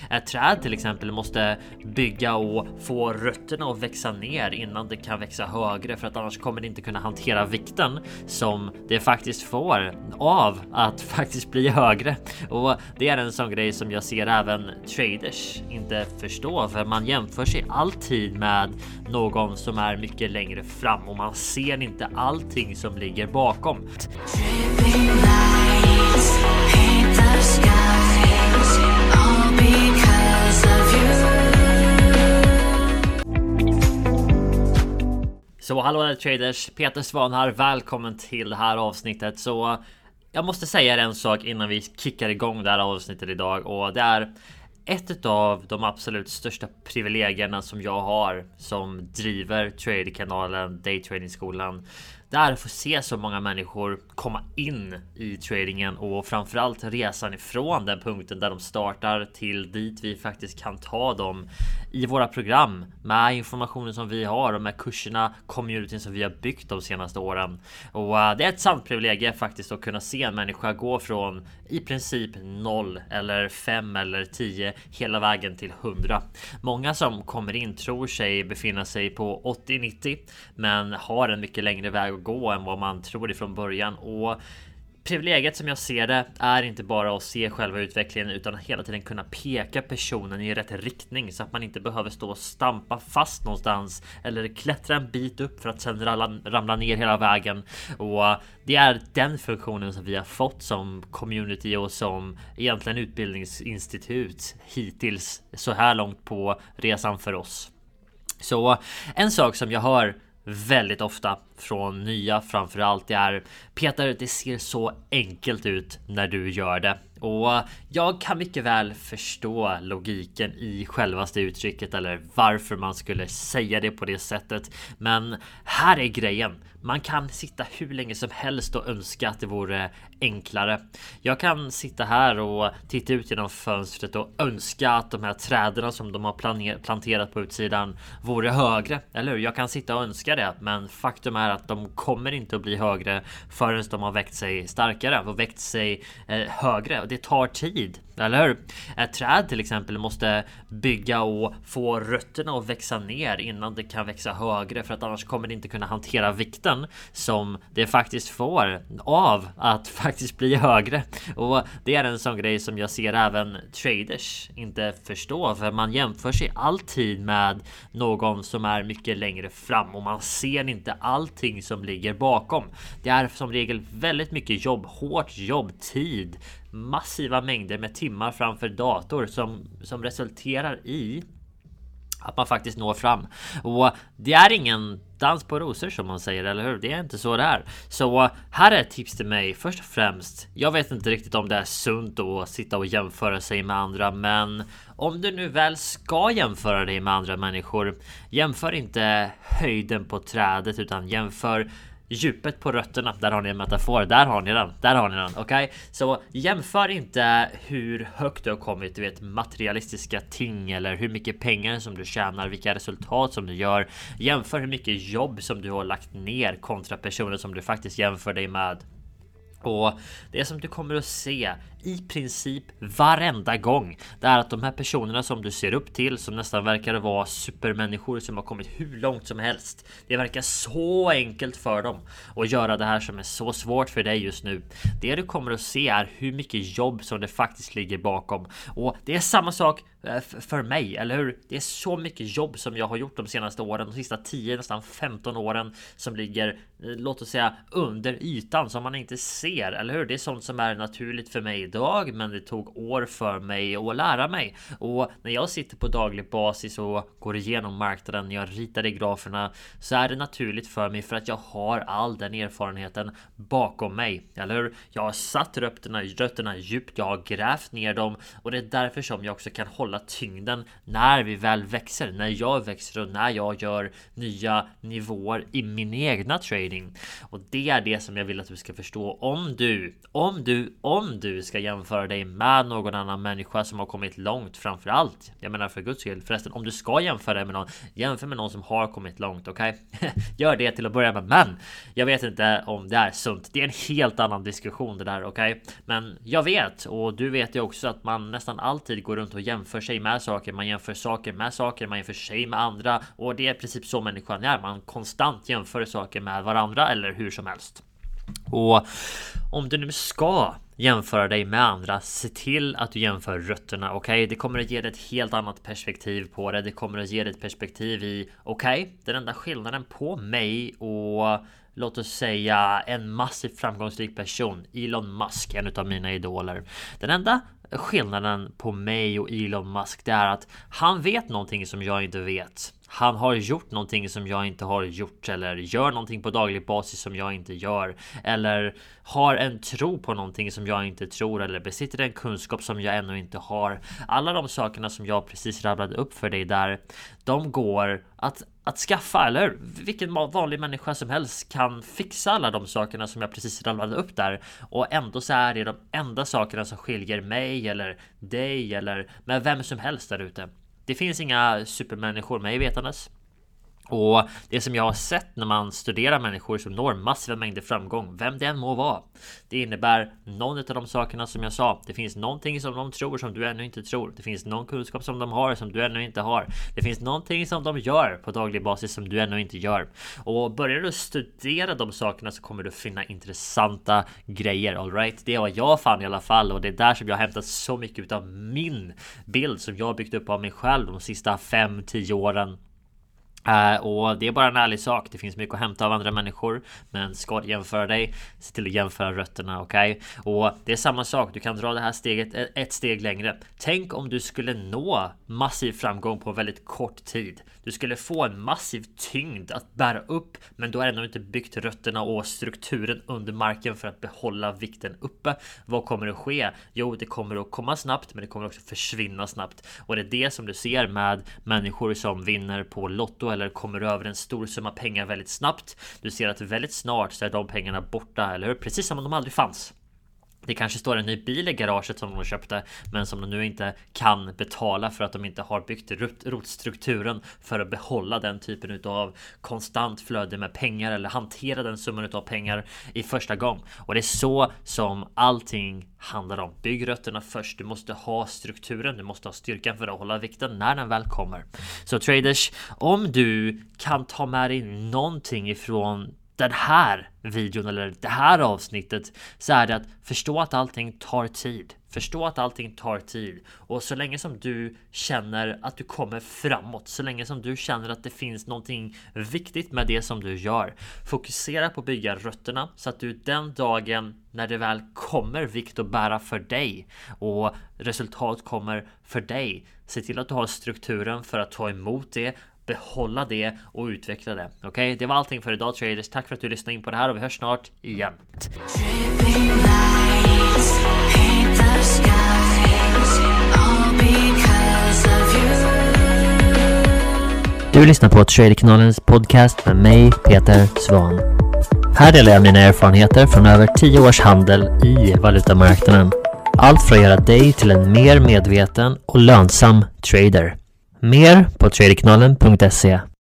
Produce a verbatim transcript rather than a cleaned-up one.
Ett träd till exempel måste bygga och få rötterna att växa ner innan det kan växa högre, för att annars kommer det inte kunna hantera vikten som det faktiskt får av att faktiskt bli högre. Och det är en sån grej som jag ser även traders inte förstår, för man jämför sig alltid med någon som är mycket längre fram och man ser inte allting som ligger bakom. Så hallå där traders, Peter Svan här, välkommen till det här avsnittet. Så jag måste säga en sak innan vi kickar igång det här avsnittet idag, och det är ett av de absolut största privilegierna som jag har som driver Trader-kanalen Daytrading-skolan. Det är att få se så många människor komma in i tradingen och framförallt resan ifrån den punkten där de startar till dit vi faktiskt kan ta dem i våra program med informationen som vi har och med kurserna, communityn som vi har byggt de senaste åren. Och uh, det är ett sant privilegium faktiskt att kunna se en människa gå från i princip noll eller fem eller tio hela vägen till hundra. Många som kommer in tror sig befinna sig på åttio nittio men har en mycket längre väg att gå än vad man tror ifrån början. Och privilegiet som jag ser det är inte bara att se själva utvecklingen utan att hela tiden kunna peka personen i rätt riktning så att man inte behöver stå och stampa fast någonstans eller klättra en bit upp för att sen ramla ner hela vägen. Och det är den funktionen som vi har fått som community och som egentligen utbildningsinstitut hittills så här långt på resan för oss. Så en sak som jag hör väldigt ofta från nya framförallt det är: Peter, det ser så enkelt ut när du gör det. Och jag kan mycket väl förstå logiken i självaste uttrycket eller varför man skulle säga det på det sättet. Men här är grejen. Man kan sitta hur länge som helst och önska att det vore enklare. Jag kan sitta här och titta ut genom fönstret och önska att de här träden som de har planer- planterat på utsidan vore högre. Eller hur? Jag kan sitta och önska det. Men faktum är att de kommer inte att bli högre förrän de har växt sig starkare och växt sig eh, högre. Och det tar tid, eller hur? Ett träd till exempel måste bygga och få rötterna att växa ner innan det kan växa högre, för att annars kommer det inte kunna hantera vikten som det faktiskt får av att faktiskt bli högre. Och det är en sån grej som jag ser även traders inte förstår, för man jämför sig alltid med någon som är mycket längre fram och man ser inte allting som ligger bakom. Det är som regel väldigt mycket jobb, hårt jobb, tid, massiva mängder med timmar framför dator som, som resulterar i att man faktiskt når fram. Och det är ingen dans på rosor som man säger, eller hur? Det är inte så det är. Så här är ett tips till mig. Först och främst, jag vet inte riktigt om det är sunt att sitta och jämföra sig med andra, men om du nu väl ska jämföra dig med andra människor, jämför inte höjden på trädet utan jämför djupet på rötterna. Där har ni en metafor. Där har ni den. Där har ni den. Okej? Okay? Så jämför inte hur högt du har kommit, du vet, materialistiska ting eller hur mycket pengar som du tjänar, vilka resultat som du gör. Jämför hur mycket jobb som du har lagt ner kontra personer som du faktiskt jämför dig med. Och det som du kommer att se i princip varenda gång, det är att de här personerna som du ser upp till, som nästan verkar vara supermänniskor som har kommit hur långt som helst, det verkar så enkelt för dem att göra det här som är så svårt för dig just nu. Det du kommer att se är hur mycket jobb som det faktiskt ligger bakom. Och det är samma sak för mig, eller hur? Det är så mycket jobb som jag har gjort de senaste åren, de sista tio, nästan femton åren, som ligger, låt oss säga, under ytan som man inte ser, eller hur? Det är sånt som är naturligt för mig idag, men det tog år för mig att lära mig. Och när jag sitter på daglig basis och går igenom marknaden, jag ritar i graferna, så är det naturligt för mig för att jag har all den erfarenheten bakom mig, eller hur? Jag har satt rötterna, rötterna djupt, jag har grävt ner dem, och det är därför som jag också kan hålla tyngden när vi väl växer, när jag växer och när jag gör nya nivåer i min egna trading. Och det är det som jag vill att du ska förstå. Om du, om du, om du ska jämföra dig med någon annan människa som har kommit långt, framför allt, jag menar för guds skull, förresten, om du ska jämföra dig med någon, jämför med någon som har kommit långt, okej? Okay? Gör det till att börja med, men jag vet inte om det är sunt. Det är en helt annan diskussion det där, okej? Okay? Men jag vet, och du vet ju också, att man nästan alltid går runt och jämför jämför sig med saker, man jämför saker med saker, man jämför sig med andra, och det är i princip så människan är. Man konstant jämför saker med varandra eller hur som helst. Och om du nu ska jämföra dig med andra, se till att du jämför rötterna, okej? Okay? Det kommer att ge dig ett helt annat perspektiv på det. Det kommer att ge dig ett perspektiv i, okej, okay, den enda skillnaden på mig och låt oss säga en massivt framgångsrik person, Elon Musk, en av mina idoler. Den enda skillnaden på mig och Elon Musk, det är att han vet någonting som jag inte vet. Han har gjort någonting som jag inte har gjort, eller gör någonting på daglig basis som jag inte gör, eller har en tro på någonting som jag inte tror, eller besitter en kunskap som jag ännu inte har. Alla de sakerna som jag precis rabblade upp för dig där, de går att, att skaffa, eller vilken vanlig människa som helst kan fixa alla de sakerna som jag precis rabblade upp där, och ändå så är det de enda sakerna som skiljer mig eller dig eller med vem som helst där ute. Det finns inga supermänniskor mig vetandes. Och det som jag har sett när man studerar människor som når massiva mängder framgång, vem det än må vara, det innebär någon av de sakerna som jag sa. Det finns någonting som de tror som du ännu inte tror. Det finns någon kunskap som de har som du ännu inte har. Det finns någonting som de gör på daglig basis som du ännu inte gör. Och börjar du studera de sakerna så kommer du finna intressanta grejer, all right? Det är vad jag fann i alla fall, och det är där som jag har hämtat så mycket av min bild som jag har byggt upp av mig själv de sista fem till tio åren. Uh, och det är bara en ärlig sak. Det finns mycket att hämta av andra människor, men ska du jämföra dig, se till att jämföra rötterna, okej? Okay? Och det är samma sak, du kan dra det här steget ett, ett steg längre. Tänk om du skulle nå massiv framgång på väldigt kort tid. Du skulle få en massiv tyngd att bära upp, men du har ändå inte byggt rötterna och strukturen under marken för att behålla vikten uppe. Vad kommer att ske? Jo, det kommer att komma snabbt, men det kommer också försvinna snabbt. Och det är det som du ser med människor som vinner på Lotto eller kommer över en stor summa pengar väldigt snabbt. Du ser att väldigt snart så är de pengarna borta, eller hur? Precis som om de aldrig fanns. Det kanske står en ny bil i garaget som de köpte, men som de nu inte kan betala för att de inte har byggt rotstrukturen för att behålla den typen av konstant flöde med pengar eller hantera den summan av pengar i första gång. Och det är så som allting handlar om. Bygg rötterna först. Du måste ha strukturen, du måste ha styrkan för att hålla vikten när den väl kommer. Så traders, om du kan ta med dig någonting ifrån den här videon eller det här avsnittet, så är det att förstå att allting tar tid. Förstå att allting tar tid. Och så länge som du känner att du kommer framåt, så länge som du känner att det finns någonting viktigt med det som du gör, fokusera på att bygga rötterna så att du den dagen när det väl kommer vikt att bära för dig och resultat kommer för dig, se till att du har strukturen för att ta emot det, behålla det och utveckla det. Okej, okay? Det var allting för idag, traders. Tack för att du lyssnade in på det här och vi hörs snart igen. Du lyssnar på Traderkanalens podcast med mig, Peter Svan. Här delar jag mina erfarenheter från över tio års handel i valutamarknaden. Allt för att göra dig till en mer medveten och lönsam trader. Mer på traderkanalen punkt se.